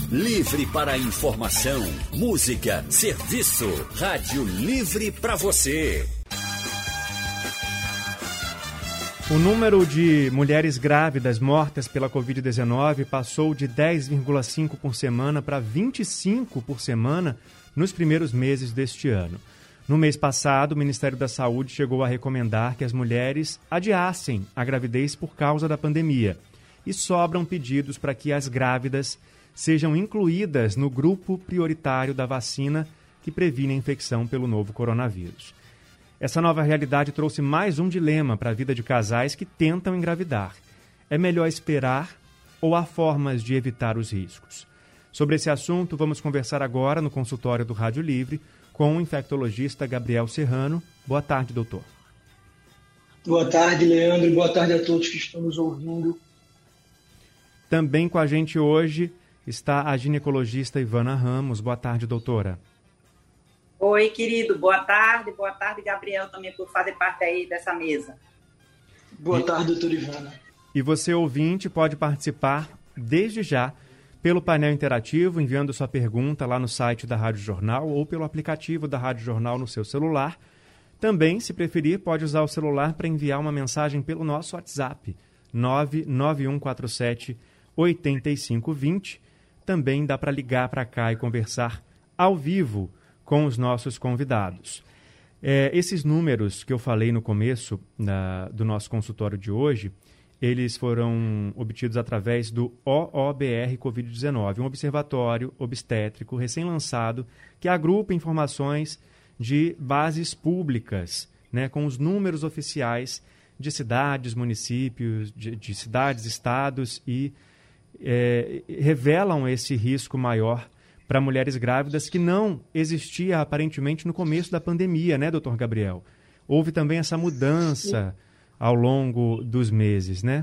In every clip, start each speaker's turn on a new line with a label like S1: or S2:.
S1: Livre para informação, música, serviço. Rádio Livre para você.
S2: O número de mulheres grávidas mortas pela Covid-19 passou de 10,5 por semana para 25 por semana nos primeiros meses deste ano. No mês passado, o Ministério da Saúde chegou a recomendar que as mulheres adiassem a gravidez por causa da pandemia. E sobram pedidos para que as grávidas sejam incluídas no grupo prioritário da vacina que previne a infecção pelo novo coronavírus. Essa nova realidade trouxe mais um dilema para a vida de casais que tentam engravidar. É melhor esperar ou há formas de evitar os riscos? Sobre esse assunto, vamos conversar agora no consultório do Rádio Livre com o infectologista Gabriel Serrano. Boa tarde, doutor.
S3: Boa tarde, Leandro. Boa tarde a todos que estão nos ouvindo.
S2: Também com a gente hoje está a ginecologista Ivana Ramos. Boa tarde, doutora.
S4: Oi, querido. Boa tarde, Gabriel, também por fazer parte aí dessa mesa.
S3: Boa tarde, doutora Ivana.
S2: E você, ouvinte, pode participar desde já pelo painel interativo, enviando sua pergunta lá no site da Rádio Jornal ou pelo aplicativo da Rádio Jornal no seu celular. Também, se preferir, pode usar o celular para enviar uma mensagem pelo nosso WhatsApp, 99147-8520. Também dá para ligar para cá e conversar ao vivo com os nossos convidados. Esses números que eu falei no começo do nosso consultório de hoje, eles foram obtidos através do OOBR Covid-19, um observatório obstétrico recém-lançado que agrupa informações de bases públicas, né, com os números oficiais de cidades, municípios, de cidades, estados e revelam esse risco maior para mulheres grávidas que não existia aparentemente no começo da pandemia, né, doutor Gabriel? Houve também essa mudança ao longo dos meses, né?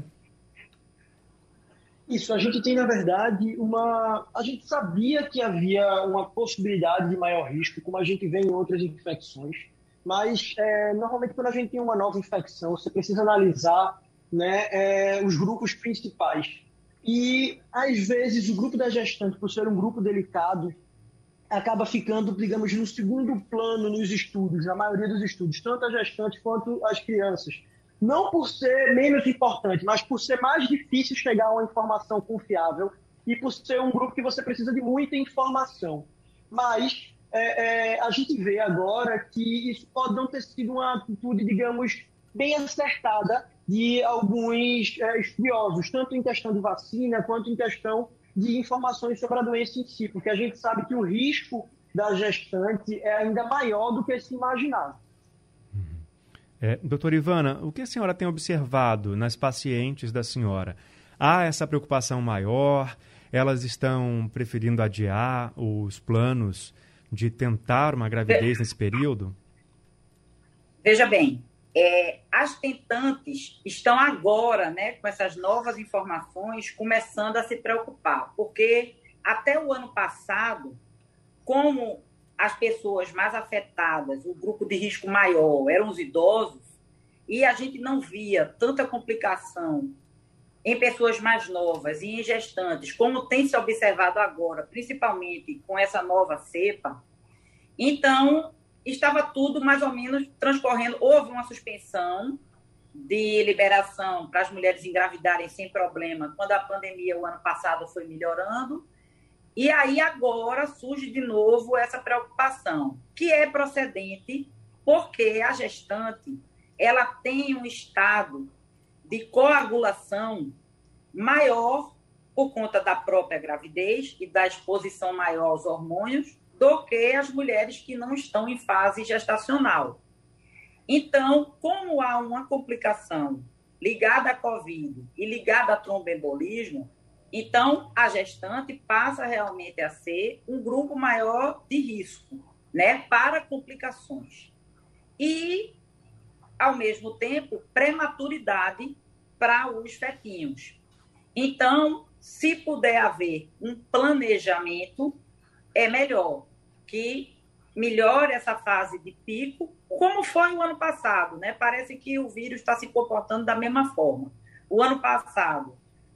S3: Isso, a gente tem, na verdade, a gente sabia que havia uma possibilidade de maior risco, como a gente vê em outras infecções, mas normalmente quando a gente tem uma nova infecção, você precisa analisar, né, os grupos principais. E, às vezes, o grupo da gestante, por ser um grupo delicado, acaba ficando, digamos, no segundo plano nos estudos, na maioria dos estudos, tanto a gestante quanto as crianças. Não por ser menos importante, mas por ser mais difícil chegar a uma informação confiável e por ser um grupo que você precisa de muita informação. Mas a gente vê agora que isso pode não ter sido uma atitude, digamos, bem acertada de alguns estudiosos, tanto em questão de vacina quanto em questão de informações sobre a doença em si, porque a gente sabe que o risco da gestante é ainda maior do que se imaginava.
S2: Doutora Ivana, o que a senhora tem observado nas pacientes da senhora? Há essa preocupação maior? Elas estão preferindo adiar os planos de tentar uma gravidez nesse período?
S4: Veja bem, as tentantes estão agora, né, com essas novas informações, começando a se preocupar, porque até o ano passado, como as pessoas mais afetadas, o grupo de risco maior eram os idosos, e a gente não via tanta complicação em pessoas mais novas e em gestantes, como tem se observado agora, principalmente com essa nova cepa, então estava tudo mais ou menos transcorrendo. Houve uma suspensão de liberação para as mulheres engravidarem sem problema, quando a pandemia, o ano passado, foi melhorando. E aí agora surge de novo essa preocupação, que é procedente porque a gestante ela tem um estado de coagulação maior por conta da própria gravidez e da exposição maior aos hormônios do que as mulheres que não estão em fase gestacional. Então, como há uma complicação ligada à Covid e ligada a tromboembolismo, então a gestante passa realmente a ser um grupo maior de risco, né, para complicações. E, ao mesmo tempo, prematuridade para os fetinhos. Então, se puder haver um planejamento, é melhor que melhore essa fase de pico, como foi o ano passado, né? Parece que o vírus está se comportando da mesma forma. O ano passado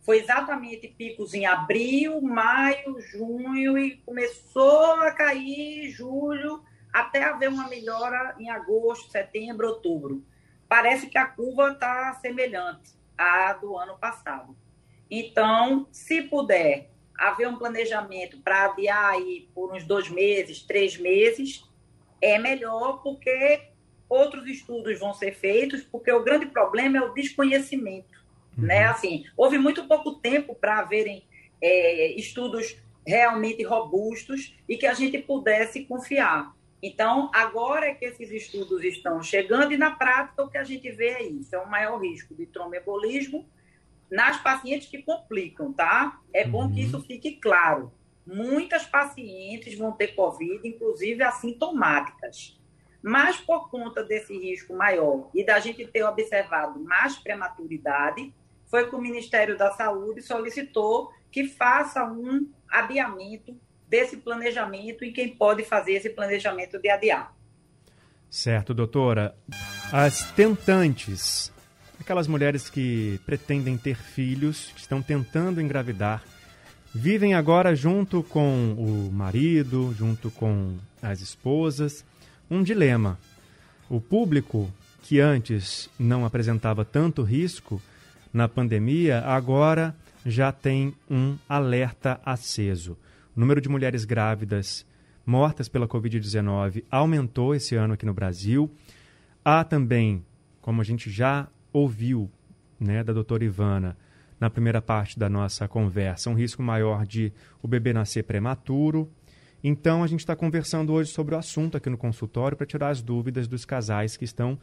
S4: foi exatamente picos em abril, maio, junho, e começou a cair em julho, até haver uma melhora em agosto, setembro, outubro. Parece que a curva está semelhante à do ano passado. Então, se puder haver um planejamento para adiar aí por uns 2 meses, 3 meses, é melhor, porque outros estudos vão ser feitos, porque o grande problema é o desconhecimento. Né? Assim, houve muito pouco tempo para haverem estudos realmente robustos e que a gente pudesse confiar. Então, agora é que esses estudos estão chegando e, na prática, o que a gente vê é isso, é um maior risco de tromboembolismo nas pacientes que complicam, tá? É bom que isso fique claro. Muitas pacientes vão ter COVID, inclusive assintomáticas. Mas, por conta desse risco maior e da gente ter observado mais prematuridade, foi que o Ministério da Saúde solicitou que faça um adiamento desse planejamento e quem pode fazer esse planejamento de adiar.
S2: Certo, doutora. As tentantes, aquelas mulheres que pretendem ter filhos, que estão tentando engravidar, vivem agora junto com o marido, junto com as esposas, um dilema. O público, que antes não apresentava tanto risco na pandemia, agora já tem um alerta aceso. O número de mulheres grávidas mortas pela Covid-19 aumentou esse ano aqui no Brasil. Há também, como a gente já ouviu, né, da doutora Ivana, na primeira parte da nossa conversa, um risco maior de o bebê nascer prematuro. Então, a gente está conversando hoje sobre o assunto aqui no consultório para tirar as dúvidas dos casais que estão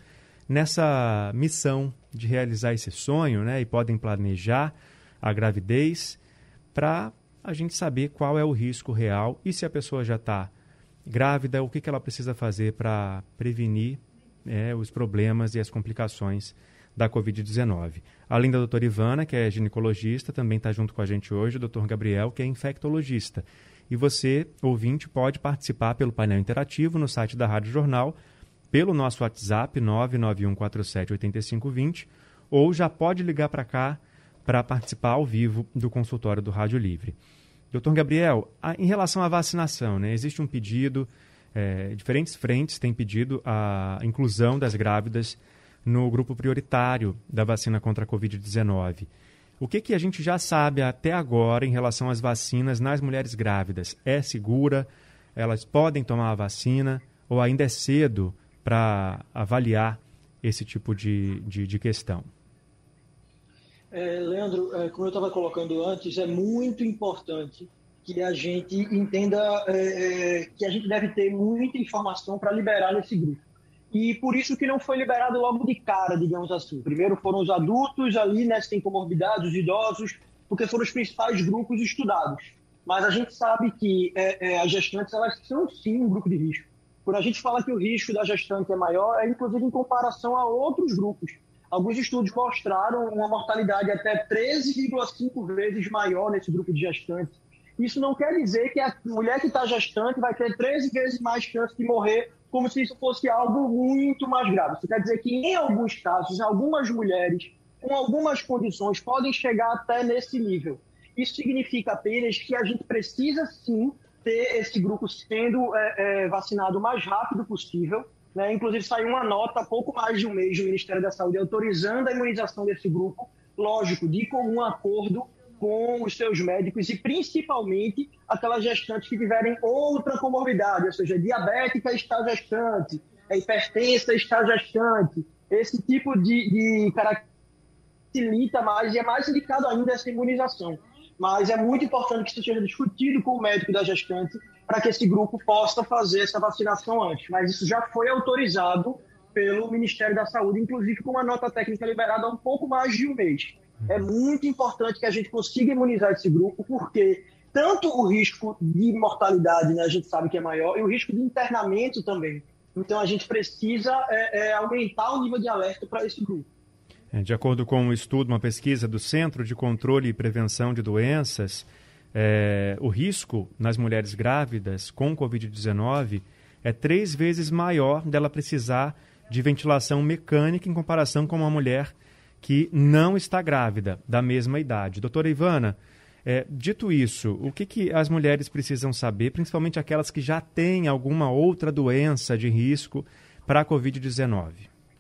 S2: nessa missão de realizar esse sonho, né, e podem planejar a gravidez para a gente saber qual é o risco real e se a pessoa já está grávida, o que ela precisa fazer para prevenir os problemas e as complicações da Covid-19. Além da doutora Ivana, que é ginecologista, também está junto com a gente hoje o doutor Gabriel, que é infectologista. E você, ouvinte, pode participar pelo painel interativo no site da Rádio Jornal, pelo nosso WhatsApp 991478520, ou já pode ligar para cá para participar ao vivo do consultório do Rádio Livre. Doutor Gabriel, em relação à vacinação, né, existe um pedido, diferentes frentes têm pedido a inclusão das grávidas no grupo prioritário da vacina contra a Covid-19. O que a gente já sabe até agora em relação às vacinas nas mulheres grávidas? É segura? Elas podem tomar a vacina? Ou ainda é cedo para avaliar esse tipo de questão?
S3: Leandro, como eu estava colocando antes, é muito importante que a gente entenda que a gente deve ter muita informação para liberar nesse grupo. E por isso que não foi liberado logo de cara, digamos assim. Primeiro foram os adultos ali, né, sem comorbidades, os idosos, porque foram os principais grupos estudados. Mas a gente sabe que as gestantes, elas são sim um grupo de risco. Quando a gente fala que o risco da gestante é maior, é inclusive em comparação a outros grupos. Alguns estudos mostraram uma mortalidade até 13,5 vezes maior nesse grupo de gestantes. Isso não quer dizer que a mulher que está gestante vai ter 13 vezes mais chance de morrer, como se isso fosse algo muito mais grave. Isso quer dizer que, em alguns casos, algumas mulheres com algumas condições podem chegar até nesse nível. Isso significa apenas que a gente precisa, sim, ter esse grupo sendo vacinado o mais rápido possível. Né? Inclusive, saiu uma nota há pouco mais de um mês do Ministério da Saúde autorizando a imunização desse grupo, lógico, de comum acordo com os seus médicos e principalmente aquelas gestantes que tiverem outra comorbidade, ou seja, diabética está gestante, hipertensa está gestante. Esse tipo de característica facilita mais e é mais indicado ainda essa imunização. Mas é muito importante que isso seja discutido com o médico da gestante para que esse grupo possa fazer essa vacinação antes. Mas isso já foi autorizado pelo Ministério da Saúde, inclusive com uma nota técnica liberada há um pouco mais de um mês. É muito importante que a gente consiga imunizar esse grupo, porque tanto o risco de mortalidade, né, a gente sabe que é maior, e o risco de internamento também. Então, a gente precisa aumentar o nível de alerta para esse grupo.
S2: De acordo com um estudo, uma pesquisa do Centro de Controle e Prevenção de Doenças, o risco nas mulheres grávidas com Covid-19 é 3 vezes maior dela precisar de ventilação mecânica em comparação com uma mulher que não está grávida, da mesma idade. Doutora Ivana, dito isso, o que as mulheres precisam saber, principalmente aquelas que já têm alguma outra doença de risco para a Covid-19?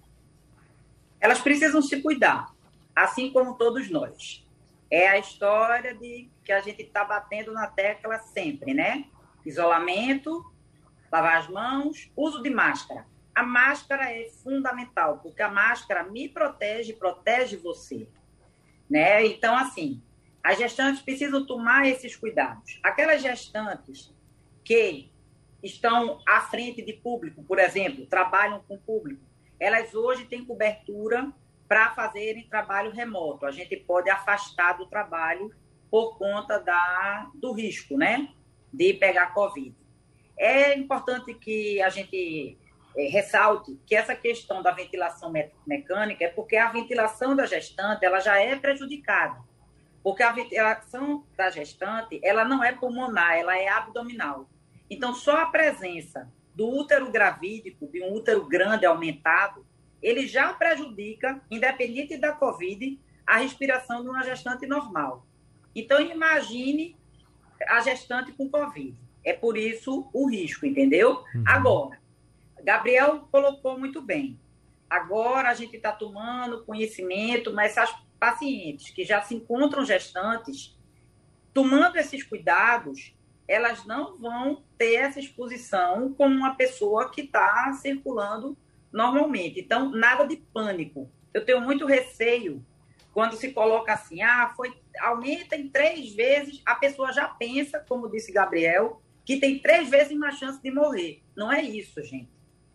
S4: Elas precisam se cuidar, assim como todos nós. É a história que a gente está batendo na tecla sempre, né? Isolamento, lavar as mãos, uso de máscara. A máscara é fundamental, porque a máscara me protege, protege você, né? Então, assim, as gestantes precisam tomar esses cuidados. Aquelas gestantes que estão à frente de público, por exemplo, trabalham com público, elas hoje têm cobertura para fazerem trabalho remoto. A gente pode afastar do trabalho por conta do risco, né, de pegar Covid. É importante que a gente ressalte que essa questão da ventilação mecânica é porque a ventilação da gestante ela já é prejudicada. Porque a ventilação da gestante ela não é pulmonar, ela é abdominal. Então, só a presença do útero gravídico, de um útero grande aumentado, ele já prejudica, independente da Covid, a respiração de uma gestante normal. Então, imagine a gestante com Covid. É por isso o risco, entendeu? Agora, Gabriel colocou muito bem. Agora a gente está tomando conhecimento, mas as pacientes que já se encontram gestantes, tomando esses cuidados, elas não vão ter essa exposição como uma pessoa que está circulando normalmente. Então, nada de pânico. Eu tenho muito receio quando se coloca assim, aumenta em 3 vezes, a pessoa já pensa, como disse Gabriel, que tem 3 vezes mais chance de morrer. Não é isso, gente.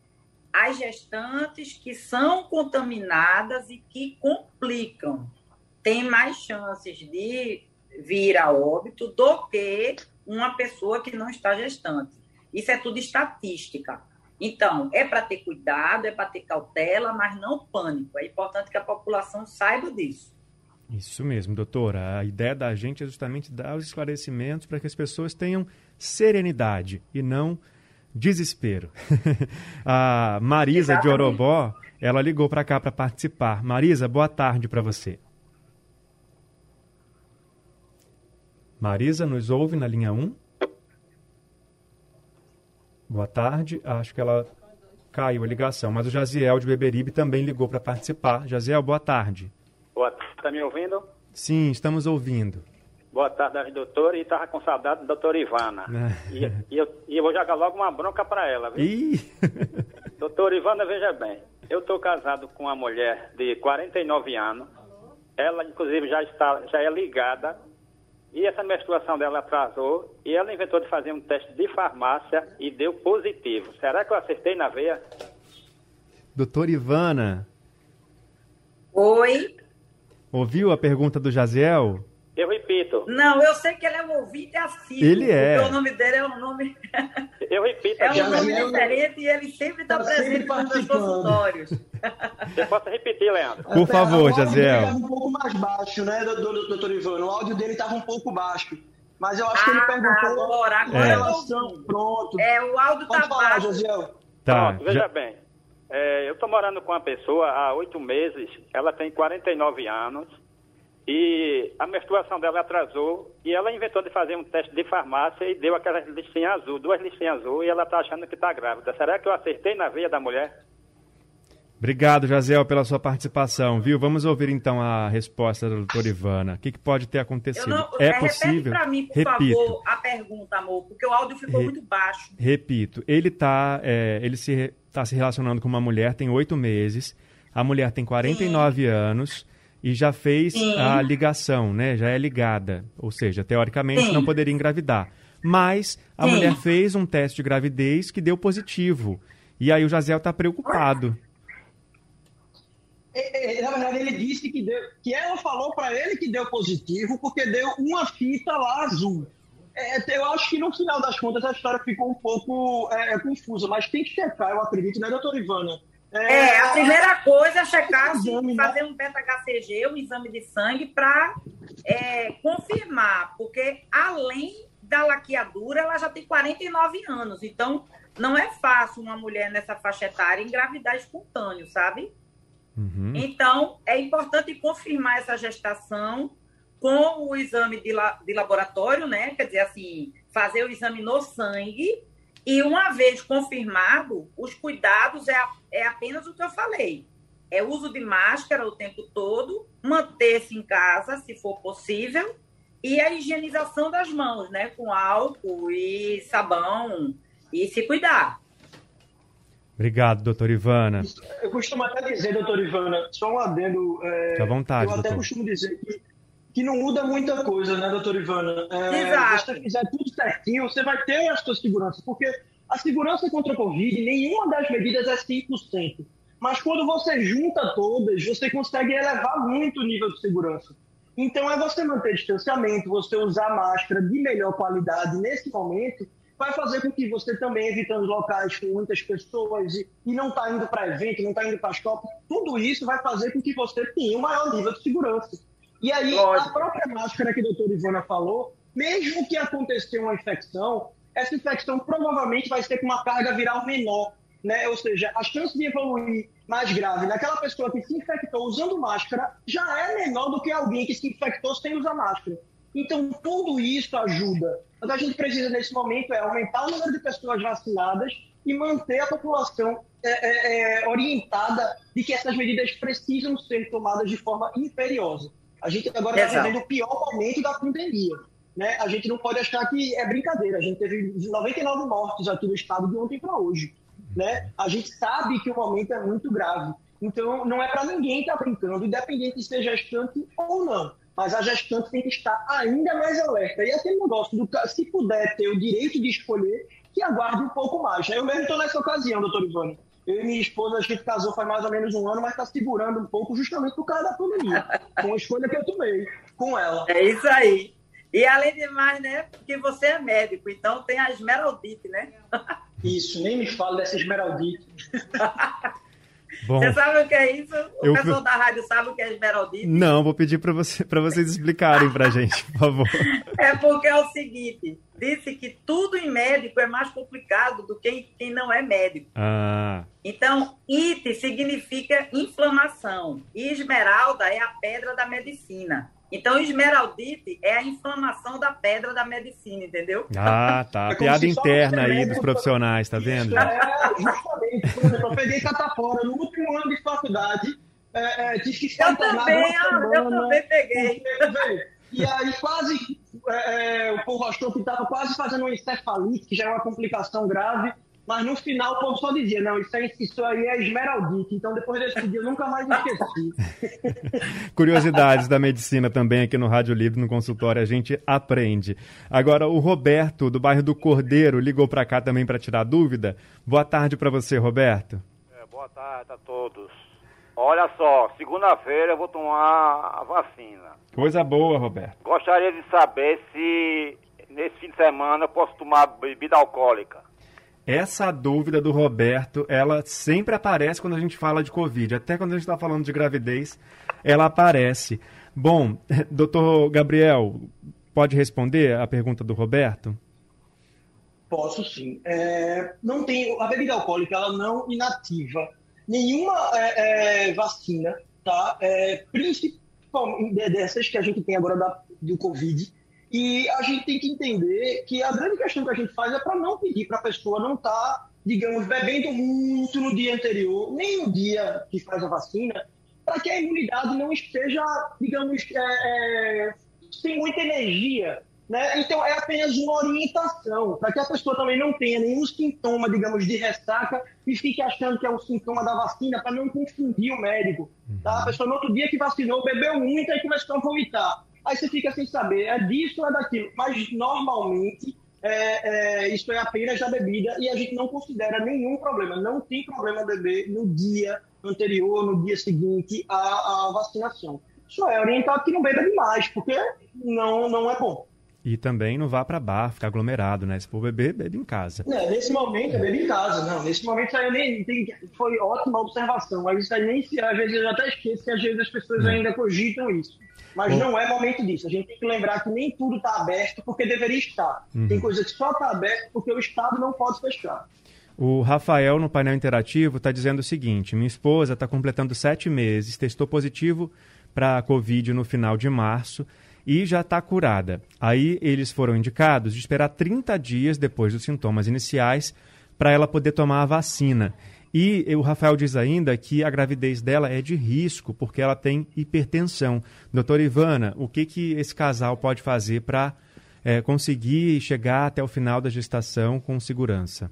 S4: As gestantes que são contaminadas e que complicam têm mais chances de vir a óbito do que uma pessoa que não está gestante. Isso é tudo estatística. Então, é para ter cuidado, é para ter cautela, mas não pânico. É importante que a população saiba disso.
S2: Isso mesmo, doutora. A ideia da gente é justamente dar os esclarecimentos para que as pessoas tenham serenidade e não desespero. A Marisa de Orobó, ela ligou para cá para participar. Marisa, boa tarde para você. Marisa, nos ouve na linha 1? Boa tarde. Acho que ela caiu a ligação, mas o Jaziel de Beberibe também ligou para participar. Jaziel, boa tarde.
S5: Boa tarde, está me ouvindo?
S2: Sim, estamos ouvindo.
S5: Boa tarde, doutora, e estava com saudade da doutora Ivana. E eu vou jogar logo uma bronca para ela, viu? Doutora Ivana, veja bem, eu estou casado com uma mulher de 49 anos, ela inclusive já é ligada, e essa menstruação dela atrasou, e ela inventou de fazer um teste de farmácia e deu positivo. Será que eu acertei na veia?
S2: Doutora Ivana.
S4: Oi?
S2: Ouviu a pergunta do Jaziel?
S5: Eu repito.
S4: Não, eu sei que ele é um ouvinte assíduo.
S2: Ele é.
S4: Porque o nome dele é um nome...
S5: Eu repito.
S4: É um nome diferente e ele sempre está presente nos meus consultórios.
S5: Você pode repetir, Leandro?
S2: Por favor, Jaziel.
S3: O áudio dele estava um pouco mais baixo, né, doutor Ivano? O áudio dele estava um pouco baixo. Mas eu acho que ele perguntou...
S4: Agora
S3: pronto.
S4: O áudio está baixo.
S3: Jaziel.
S2: Tá.
S5: Pronto, veja bem. Eu estou morando com uma pessoa há 8 meses, ela tem 49 anos, e a menstruação dela atrasou, e ela inventou de fazer um teste de farmácia e deu aquelas listinhas azul, 2 listinhas azul, e ela está achando que está grávida. Será que eu acertei na veia da mulher?
S2: Obrigado, Jaziel, pela sua participação, viu? Vamos ouvir então a resposta da doutora Ivana. O que pode ter acontecido? É possível?
S4: Repete para mim, por favor, a pergunta, amor, porque o áudio ficou muito baixo.
S2: Repito, ele está se relacionando com uma mulher, tem 8 meses, a mulher tem 49 anos e já fez a ligação, né? Já é ligada, ou seja, teoricamente não poderia engravidar. Mas a mulher fez um teste de gravidez que deu positivo. E aí o Jaziel está preocupado.
S3: Na verdade, ele disse que ela falou para ele que deu positivo porque deu uma fita lá azul. Eu acho que no final das contas a história ficou um pouco confusa, mas tem que checar, eu acredito, né, doutora Ivana?
S4: A primeira coisa é checar,
S3: exame,
S4: fazer um beta-HCG, um exame de sangue, para confirmar, porque além da laqueadura, ela já tem 49 anos, então não é fácil uma mulher nessa faixa etária engravidar espontâneo, sabe? Então, é importante confirmar essa gestação com o exame de laboratório, né? Quer dizer, assim, fazer o exame no sangue e, uma vez confirmado, os cuidados é apenas o que eu falei. É uso de máscara o tempo todo, manter-se em casa, se for possível, e a higienização das mãos, né? Com álcool e sabão, e se cuidar.
S2: Obrigado, doutora Ivana.
S3: Eu costumo até dizer, doutora Ivana, só um adendo.
S2: Fique à vontade,
S3: eu até
S2: doutor.
S3: costumo dizer que não muda muita coisa, né, doutora Ivana?
S4: Exato.
S3: Se você fizer tudo certinho, você vai ter a sua segurança, porque a segurança contra a Covid, nenhuma das medidas é 100%. Mas quando você junta todas, você consegue elevar muito o nível de segurança. Então, é você manter distanciamento, você usar máscara de melhor qualidade nesse momento, vai fazer com que você também, evitando locais com muitas pessoas e não está indo para evento, não está indo para shopping, tudo isso vai fazer com que você tenha um maior nível de segurança. E aí, a própria máscara que a doutora Ivana falou, mesmo que aconteça uma infecção, essa infecção provavelmente vai ser com uma carga viral menor, né? Ou seja, a chance de evoluir mais grave naquela pessoa que se infectou usando máscara já é menor do que alguém que se infectou sem usar máscara. Então, tudo isso ajuda. O que a gente precisa nesse momento é aumentar o número de pessoas vacinadas e manter a população orientada de que essas medidas precisam ser tomadas de forma imperiosa. A gente agora está vivendo o pior momento da pandemia, né? A gente não pode achar que é brincadeira. A gente teve 99 mortos aqui no estado de ontem para hoje, né? A gente sabe que o momento é muito grave. Então, não é para ninguém estar brincando, independente de ser gestante ou não. Mas a gestante tem que estar ainda mais alerta. E aquele negócio, se puder ter o direito de escolher, que aguarde um pouco mais. Eu mesmo estou nessa ocasião, doutor Ivone. Eu e minha esposa, a gente casou faz mais ou menos um ano, mas está segurando um pouco justamente por causa da pandemia. Com a escolha que eu tomei com ela.
S4: É isso aí. E além de mais, né, porque você é médico, então tem a esmeraldite, né?
S3: Isso, nem me fala dessa esmeraldite.
S2: Bom,
S4: você sabe o que é isso? O pessoal da rádio sabe o que é esmeraldite?
S2: Não, vou pedir para vocês explicarem para a gente, por favor.
S4: É porque é o seguinte, disse que tudo em médico é mais complicado do que quem não é médico. Então, IT significa inflamação e esmeralda é a pedra da medicina. Então, esmeraldite é a inflamação da pedra da medicina, entendeu?
S2: Tá. Piada interna aí dos profissionais, tá vendo?
S3: Justamente. Por exemplo, eu peguei catapora no último ano de faculdade. Tive que ficar internado
S4: eu também peguei.
S3: E aí quase, o povo achou que estava quase fazendo uma encefalite, que já é uma complicação grave. Mas no final o povo só dizia, não, isso aí é esmeraldite. Então depois desse dia eu nunca mais esqueci.
S2: Curiosidades da medicina também aqui no Rádio Livre, no consultório, a gente aprende. Agora o Roberto, do bairro do Cordeiro, ligou para cá também para tirar dúvida. Boa tarde para você, Roberto.
S6: Boa tarde a todos. Olha só, segunda-feira eu vou tomar a vacina.
S2: Coisa boa, Roberto.
S6: Gostaria de saber se nesse fim de semana eu posso tomar bebida alcoólica.
S2: Essa dúvida do Roberto, ela sempre aparece quando a gente fala de Covid. Até quando a gente está falando de gravidez, ela aparece. Bom, doutor Gabriel, pode responder a pergunta do Roberto?
S3: Posso sim. Não tem, a bebida alcoólica ela não inativa nenhuma vacina, tá? Principalmente dessas que a gente tem agora do Covid. E a gente tem que entender que a grande questão que a gente faz é para não pedir para a pessoa não estar, digamos, bebendo muito no dia anterior, nem no dia que faz a vacina, para que a imunidade não esteja, digamos, sem muita energia, né? Então, é apenas uma orientação, para que a pessoa também não tenha nenhum sintoma, digamos, de ressaca e fique achando que é um sintoma da vacina, para não confundir o médico. Tá? A pessoa, no outro dia que vacinou, bebeu muito e começou a vomitar. Aí você fica sem saber, é disso ou é daquilo. Mas, normalmente, isso é apenas a bebida e a gente não considera nenhum problema. Não tem problema beber no dia anterior, no dia seguinte à vacinação. Só é orientado que não beba demais, porque não é bom.
S2: E também não vá para bar, ficar aglomerado, né? Se for beber, bebe em casa.
S3: Nesse momento, bebe em casa. Não, nesse momento, foi ótima observação. Mas isso aí às vezes eu até esqueço que às vezes as pessoas ainda cogitam isso. Mas não é momento disso. A gente tem que lembrar que nem tudo está aberto porque deveria estar. Tem coisa que só está aberto porque o Estado não pode fechar.
S2: O Rafael, no painel interativo, está dizendo o seguinte: minha esposa está completando 7 meses, testou positivo para a Covid no final de março e já está curada. Aí eles foram indicados de esperar 30 dias depois dos sintomas iniciais para ela poder tomar a vacina. E o Rafael diz ainda que a gravidez dela é de risco porque ela tem hipertensão. Doutora Ivana, o que esse casal pode fazer para conseguir chegar até o final da gestação com segurança?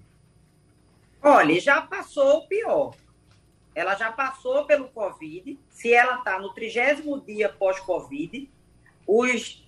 S4: Olha, já passou o pior. Ela já passou pelo Covid. Se ela está no 30º dia pós-Covid, os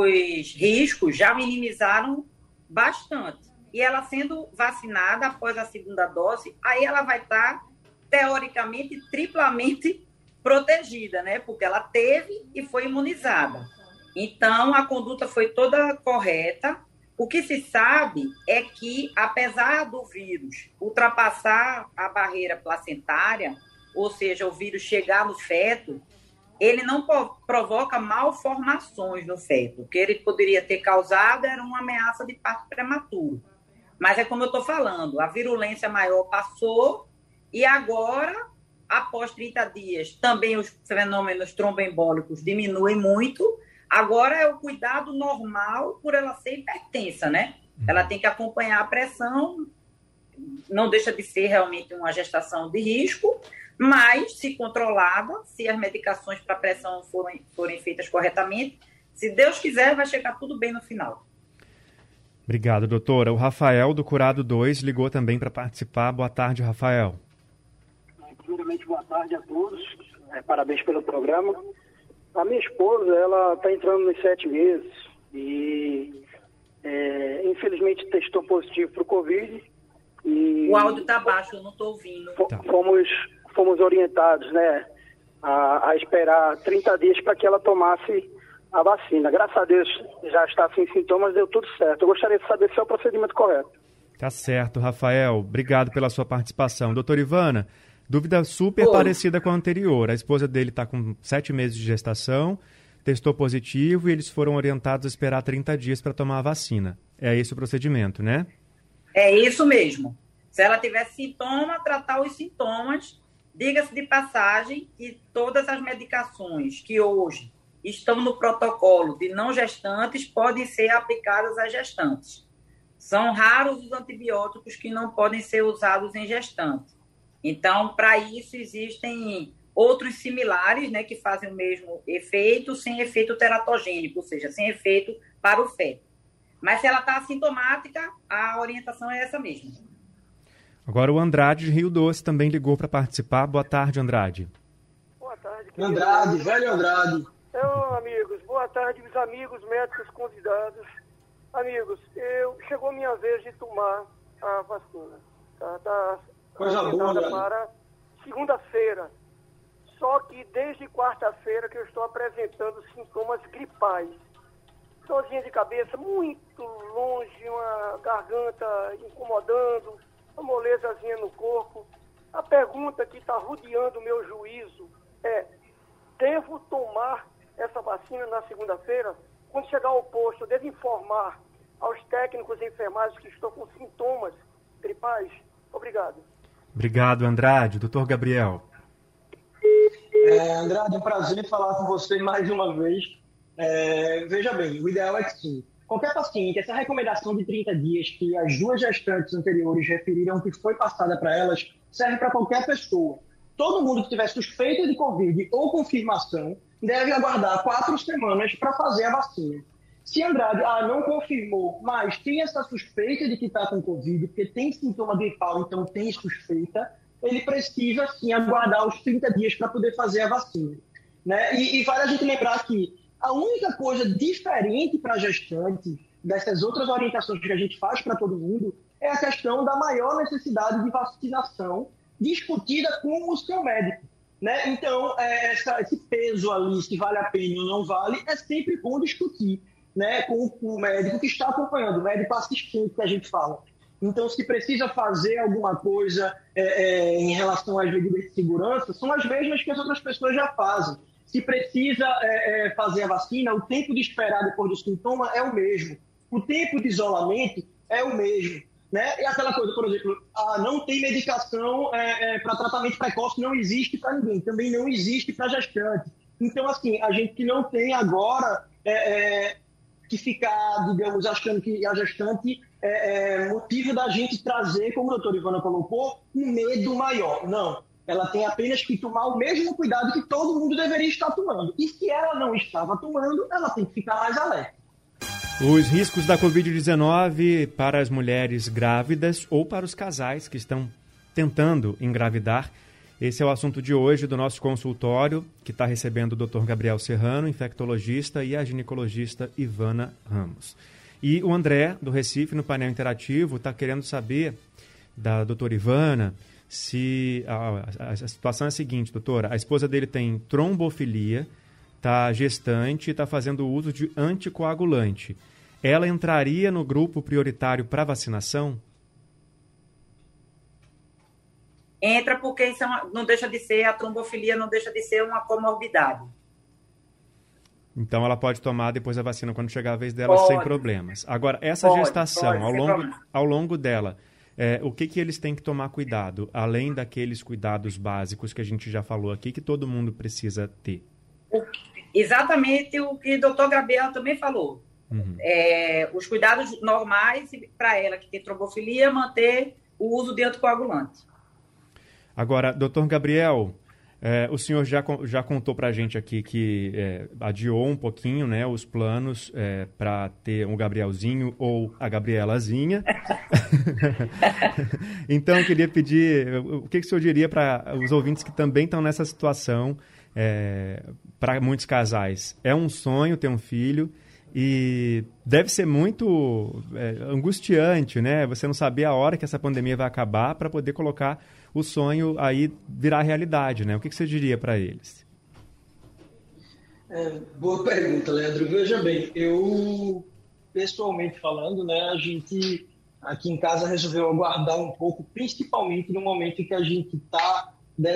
S4: riscos já minimizaram bastante. E ela sendo vacinada após a segunda dose, aí ela vai estar, teoricamente, triplamente protegida, né? Porque ela teve e foi imunizada. Então, a conduta foi toda correta. O que se sabe é que, apesar do vírus ultrapassar a barreira placentária, ou seja, o vírus chegar no feto, ele não provoca malformações no feto. O que ele poderia ter causado era uma ameaça de parto prematuro. Mas é como eu estou falando, a virulência maior passou e agora, após 30 dias, também os fenômenos tromboembólicos diminuem muito. Agora é o cuidado normal por ela ser hipertensa, né? Ela tem que acompanhar a pressão, não deixa de ser realmente uma gestação de risco, mas se controlada, se as medicações para pressão forem feitas corretamente, se Deus quiser, vai chegar tudo bem no final.
S2: Obrigado, doutora. O Rafael, do Curado 2, ligou também para participar. Boa tarde, Rafael.
S7: Primeiramente, boa tarde a todos. Parabéns pelo programa. A minha esposa, ela está entrando nos 7 meses e, infelizmente, testou positivo para o Covid. E
S4: o áudio está baixo, eu não estou ouvindo.
S7: Fomos orientados, né, a esperar 30 dias para que ela tomasse a vacina. Graças a Deus já está sem sintomas, deu tudo certo. Eu gostaria de saber se é o procedimento correto.
S2: Tá certo, Rafael. Obrigado pela sua participação. Doutora Ivana, dúvida super parecida com a anterior. A esposa dele está com 7 meses de gestação, testou positivo e eles foram orientados a esperar 30 dias para tomar a vacina. É esse o procedimento, né?
S4: É isso mesmo. Se ela tiver sintoma, tratar os sintomas. Diga-se de passagem que todas as medicações que hoje estão no protocolo de não gestantes podem ser aplicadas às gestantes. São raros os antibióticos que não podem ser usados em gestantes. Então, para isso, existem outros similares, né, que fazem o mesmo efeito, sem efeito teratogênico, ou seja, sem efeito para o feto. Mas se ela está assintomática, a orientação é essa mesmo.
S2: Agora o Andrade de Rio Doce também ligou para participar. Boa tarde, Andrade.
S7: Boa tarde.
S3: Andrade, velho Andrade.
S7: Amigos, boa tarde, meus amigos, médicos convidados. Amigos, chegou a minha vez de tomar a vacina. Tá
S3: Coisa boa,
S7: para segunda-feira. Só que desde quarta-feira que eu estou apresentando sintomas gripais. Dorzinha de cabeça muito longe, uma garganta incomodando, uma molezazinha no corpo. A pergunta que está rodeando o meu juízo é: devo tomar essa vacina na segunda-feira? Quando chegar ao posto, eu devo informar aos técnicos e enfermagem que estou com sintomas gripais? Obrigado.
S2: Obrigado, Andrade. Doutor Gabriel.
S3: Andrade, é um prazer falar com você mais uma vez. Veja bem, o ideal é que sim. Qualquer paciente, essa recomendação de 30 dias que as 2 gestantes anteriores referiram que foi passada para elas, serve para qualquer pessoa. Todo mundo que tiver suspeita de Covid ou confirmação deve aguardar 4 semanas para fazer a vacina. Se Andrade não confirmou, mas tem essa suspeita de que está com Covid, porque tem sintoma gripal, então tem suspeita, ele precisa sim aguardar os 30 dias para poder fazer a vacina, né? E vale a gente lembrar que a única coisa diferente para a gestante dessas outras orientações que a gente faz para todo mundo é a questão da maior necessidade de vacinação discutida com o seu médico, né? Então, esse peso ali, se vale a pena ou não vale, é sempre bom discutir, né, com o médico que está acompanhando, o médico assistente que a gente fala. Então, se precisa fazer alguma coisa em relação às medidas de segurança, são as mesmas que as outras pessoas já fazem. Se precisa fazer a vacina, o tempo de esperar depois do sintoma é o mesmo. O tempo de isolamento é o mesmo. né? E aquela coisa, por exemplo, não tem medicação para tratamento precoce, não existe para ninguém, também não existe para gestante. Então, assim, a gente não tem agora que ficar, digamos, achando que a gestante é motivo da gente trazer, como a doutora Ivana colocou, um medo maior. Não. Ela tem apenas que tomar o mesmo cuidado que todo mundo deveria estar tomando. E se ela não estava tomando, ela tem que ficar mais alerta.
S2: Os riscos da Covid-19 para as mulheres grávidas ou para os casais que estão tentando engravidar. Esse é o assunto de hoje do nosso consultório, que está recebendo o Dr. Gabriel Serrano, infectologista, e a ginecologista Ivana Ramos. E o André, do Recife, no painel interativo, está querendo saber da doutora Ivana se a situação é a seguinte, doutora, a esposa dele tem trombofilia, está gestante e está fazendo uso de anticoagulante. Ela entraria no grupo prioritário para vacinação?
S4: Entra porque isso não deixa de ser, a trombofilia não deixa de ser uma comorbidade.
S2: Então ela pode tomar depois a vacina quando chegar a vez dela sem problemas. Agora, essa gestação, ao longo dela, o que eles têm que tomar cuidado, além daqueles cuidados básicos que a gente já falou aqui, que todo mundo precisa ter?
S4: Exatamente o que o doutor Gabriel também falou. Uhum. Os cuidados normais para ela que tem trombofilia, manter o uso de anticoagulante.
S2: Agora, doutor Gabriel, o senhor já contou para a gente aqui que adiou um pouquinho, né, os planos para ter um Gabrielzinho ou a Gabrielazinha. Então, eu queria pedir, o que o senhor diria para os ouvintes que também estão nessa situação, para muitos casais? É um sonho ter um filho e deve ser muito angustiante, né? Você não saber a hora que essa pandemia vai acabar para poder colocar o sonho aí virar realidade, né? O que você diria para eles?
S3: Boa pergunta, Leandro. Veja bem, eu, pessoalmente falando, né, a gente aqui em casa resolveu aguardar um pouco, principalmente no momento em que a gente está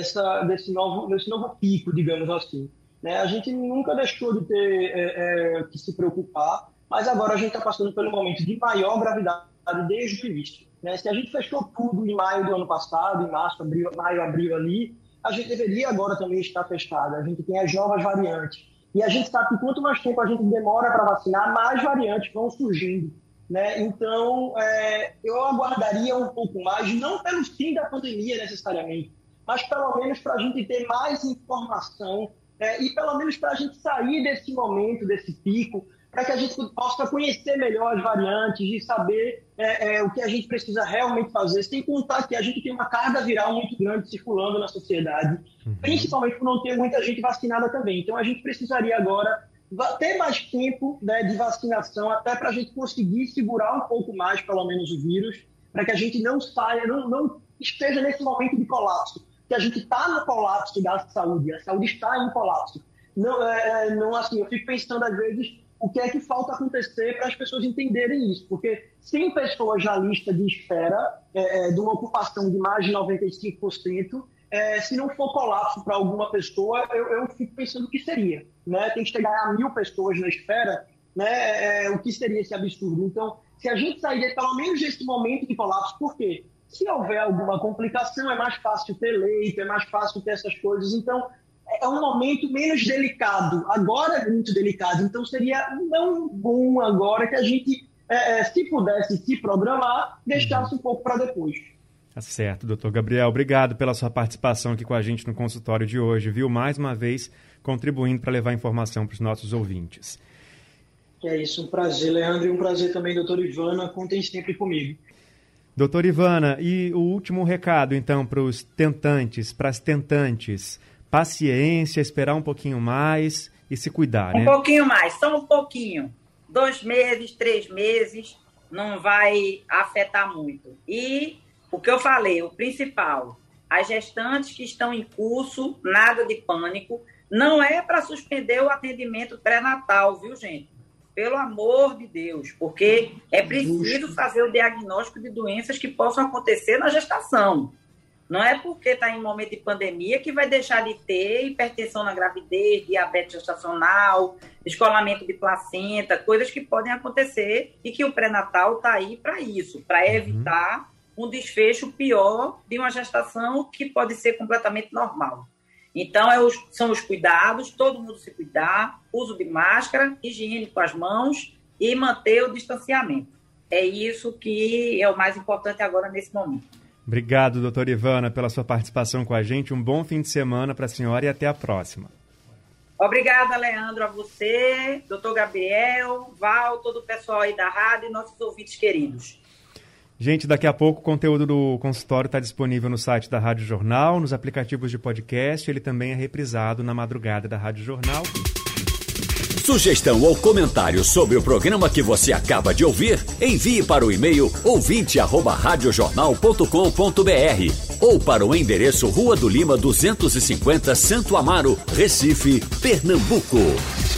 S3: desse novo pico, digamos assim. Né? A gente nunca deixou de ter que se preocupar, mas agora a gente está passando pelo momento de maior gravidade desde o início. Né? Se a gente fechou tudo em maio do ano passado, em março, maio, abril ali, a gente deveria agora também estar fechado. A gente tem as novas variantes. E a gente sabe que quanto mais tempo a gente demora para vacinar, mais variantes vão surgindo. Né? Então, eu aguardaria um pouco mais, não pelo fim da pandemia necessariamente, mas pelo menos para a gente ter mais informação e pelo menos para a gente sair desse momento, desse pico, para que a gente possa conhecer melhor as variantes e saber o que a gente precisa realmente fazer, sem contar que a gente tem uma carga viral muito grande circulando na sociedade, principalmente por não ter muita gente vacinada também. Então, a gente precisaria agora ter mais tempo, né, de vacinação, até para a gente conseguir segurar um pouco mais, pelo menos, o vírus, para que a gente não saia, não esteja nesse momento de colapso, que a gente está no colapso da saúde, a saúde está em colapso. Não, assim, eu fico pensando, às vezes, o que é que falta acontecer para as pessoas entenderem isso, porque 100 pessoas na lista de espera de uma ocupação de mais de 95%, se não for colapso para alguma pessoa, eu fico pensando o que seria. Né? Tem que chegar a 1.000 pessoas na espera, né? O que seria esse absurdo? Então, se a gente sair pelo menos desse momento de colapso, por quê? Se houver alguma complicação, é mais fácil ter leito, é mais fácil ter essas coisas. Então, é um momento menos delicado. Agora é muito delicado. Então, seria não bom agora que a gente, se pudesse se programar, deixasse um pouco para depois.
S2: Tá certo, doutor Gabriel. Obrigado pela sua participação aqui com a gente no consultório de hoje, viu? Mais uma vez, contribuindo para levar informação para os nossos ouvintes.
S3: É isso, um prazer, Leandro, e um prazer também, doutora Ivana. Contem sempre comigo.
S2: Doutora Ivana, e o último recado, então, para os tentantes, para as tentantes. Paciência, esperar um pouquinho mais e se cuidar, né?
S4: Um pouquinho mais, só um pouquinho. 2 meses, 3 meses, não vai afetar muito. E o que eu falei, o principal, as gestantes que estão em curso, nada de pânico, não é para suspender o atendimento pré-natal, viu, gente? Pelo amor de Deus, porque é preciso fazer o diagnóstico de doenças que possam acontecer na gestação. Não é porque está em momento de pandemia que vai deixar de ter hipertensão na gravidez, diabetes gestacional, descolamento de placenta, coisas que podem acontecer e que o pré-natal está aí para isso, para evitar um desfecho pior de uma gestação que pode ser completamente normal. Então, são os cuidados, todo mundo se cuidar, uso de máscara, higiene com as mãos e manter o distanciamento. É isso que é o mais importante agora nesse momento.
S2: Obrigado, doutora Ivana, pela sua participação com a gente. Um bom fim de semana para a senhora e até a próxima.
S4: Obrigada, Leandro, a você, doutor Gabriel, Val, todo o pessoal aí da rádio e nossos ouvintes queridos.
S2: Gente, daqui a pouco o conteúdo do consultório está disponível no site da Rádio Jornal, nos aplicativos de podcast. Ele também é reprisado na madrugada da Rádio Jornal.
S1: Sugestão ou comentário sobre o programa que você acaba de ouvir, envie para o e-mail ouvinte@radiojornal.com.br ou para o endereço Rua do Lima 250, Santo Amaro, Recife, Pernambuco.